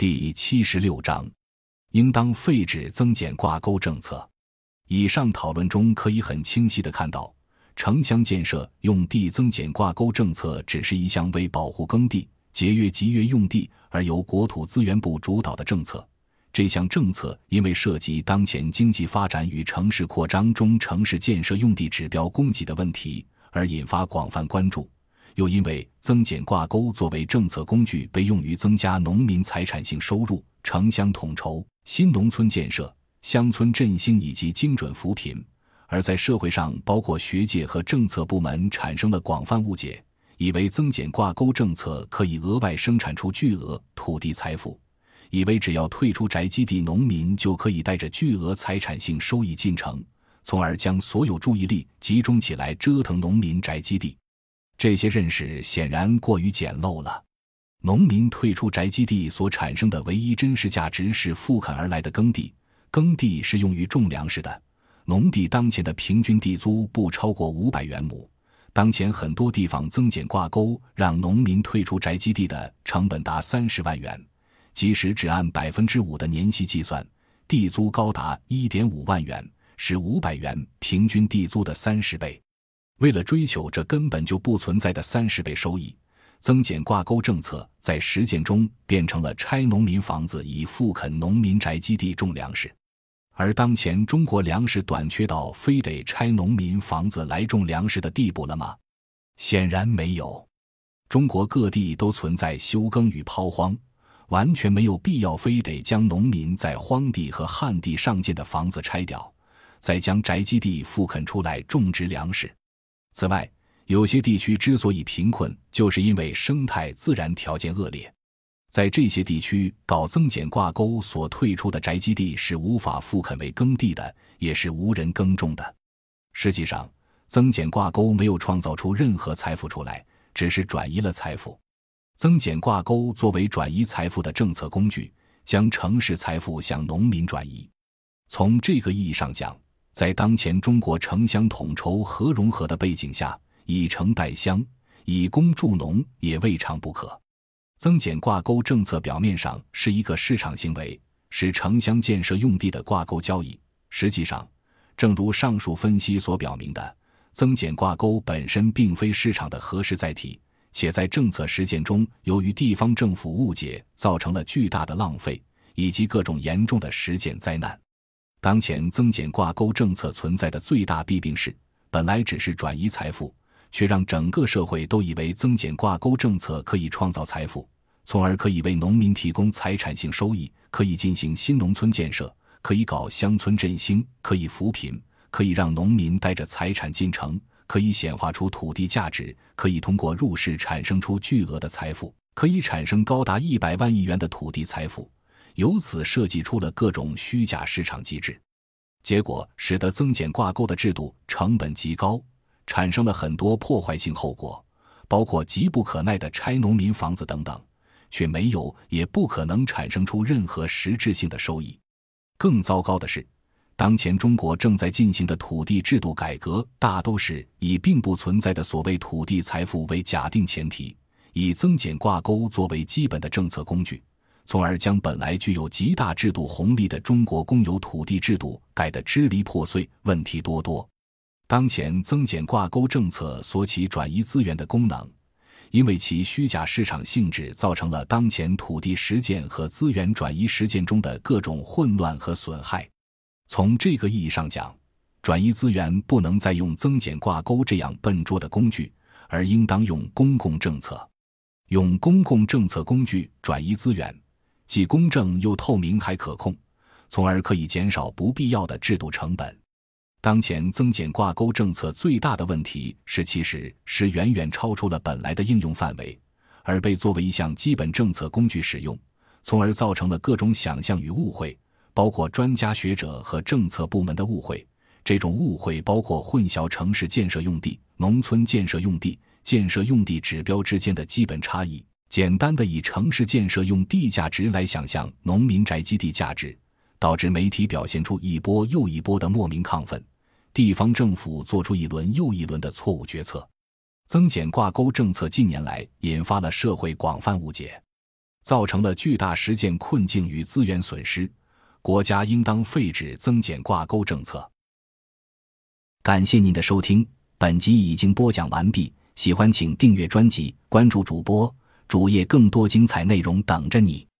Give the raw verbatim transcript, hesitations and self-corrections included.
第七十六章，应当废止增减挂钩政策。以上讨论中可以很清晰地看到，城乡建设用地增减挂钩政策只是一项为保护耕地、节约集约用地而由国土资源部主导的政策。这项政策因为涉及当前经济发展与城市扩张中城市建设用地指标供给的问题而引发广泛关注，又因为增减挂钩作为政策工具被用于增加农民财产性收入、城乡统筹、新农村建设、乡村振兴以及精准扶贫，而在社会上包括学界和政策部门产生了广泛误解，以为增减挂钩政策可以额外生产出巨额土地财富，以为只要退出宅基地，农民就可以带着巨额财产性收益进城，从而将所有注意力集中起来折腾农民宅基地。这些认识显然过于简陋了。农民退出宅基地所产生的唯一真实价值是复垦而来的耕地，耕地是用于种粮食的，农地当前的平均地租不超过五百元亩。当前很多地方增减挂钩让农民退出宅基地的成本达三十万元，即使只按 百分之五 的年息计算，地租高达 一点五万元，是五百元平均地租的三十倍。为了追求这根本就不存在的三十倍收益，增减挂钩政策在实践中变成了拆农民房子以复垦农民宅基地种粮食。而当前中国粮食短缺到非得拆农民房子来种粮食的地步了吗？显然没有。中国各地都存在休耕与抛荒，完全没有必要非得将农民在荒地和旱地上建的房子拆掉，再将宅基地复垦出来种植粮食。此外，有些地区之所以贫困，就是因为生态自然条件恶劣。在这些地区搞增减挂钩所退出的宅基地是无法复垦为耕地的，也是无人耕种的。实际上，增减挂钩没有创造出任何财富出来，只是转移了财富。增减挂钩作为转移财富的政策工具，将城市财富向农民转移。从这个意义上讲，在当前中国城乡统筹和融合的背景下，以城代乡，以工助农也未尝不可。增减挂钩政策表面上是一个市场行为，是城乡建设用地的挂钩交易。实际上，正如上述分析所表明的，增减挂钩本身并非市场的核实载体，且在政策实践中由于地方政府误解，造成了巨大的浪费以及各种严重的实践灾难。当前增减挂钩政策存在的最大弊病是，本来只是转移财富，却让整个社会都以为增减挂钩政策可以创造财富，从而可以为农民提供财产性收益，可以进行新农村建设，可以搞乡村振兴，可以扶贫，可以让农民带着财产进城，可以显化出土地价值，可以通过入市产生出巨额的财富，可以产生高达一百万亿元的土地财富，由此设计出了各种虚假市场机制。结果使得增减挂钩的制度成本极高，产生了很多破坏性后果，包括急不可耐的拆农民房子等等，却没有也不可能产生出任何实质性的收益。更糟糕的是，当前中国正在进行的土地制度改革大都是以并不存在的所谓土地财富为假定前提，以增减挂钩作为基本的政策工具，从而将本来具有极大制度红利的中国公有土地制度改得支离破碎，问题多多。当前增减挂钩政策所起转移资源的功能，因为其虚假市场性质，造成了当前土地实践和资源转移实践中的各种混乱和损害。从这个意义上讲，转移资源不能再用增减挂钩这样笨拙的工具，而应当用公共政策。用公共政策工具转移资源，既公正又透明还可控，从而可以减少不必要的制度成本。当前增减挂钩政策最大的问题是，其实是远远超出了本来的应用范围，而被作为一项基本政策工具使用，从而造成了各种想象与误会，包括专家学者和政策部门的误会。这种误会包括混淆城市建设用地、农村建设用地、建设用地指标之间的基本差异，简单的以城市建设用地价值来想象农民宅基地价值，导致媒体表现出一波又一波的莫名亢奋，地方政府做出一轮又一轮的错误决策。增减挂钩政策近年来引发了社会广泛误解。 造成了巨大实践困境与资源损失，国家应当废止增减挂钩政策。感谢您的收听，本集已经播讲完毕，喜欢请订阅专辑，关注主播，主页更多精彩内容等着你。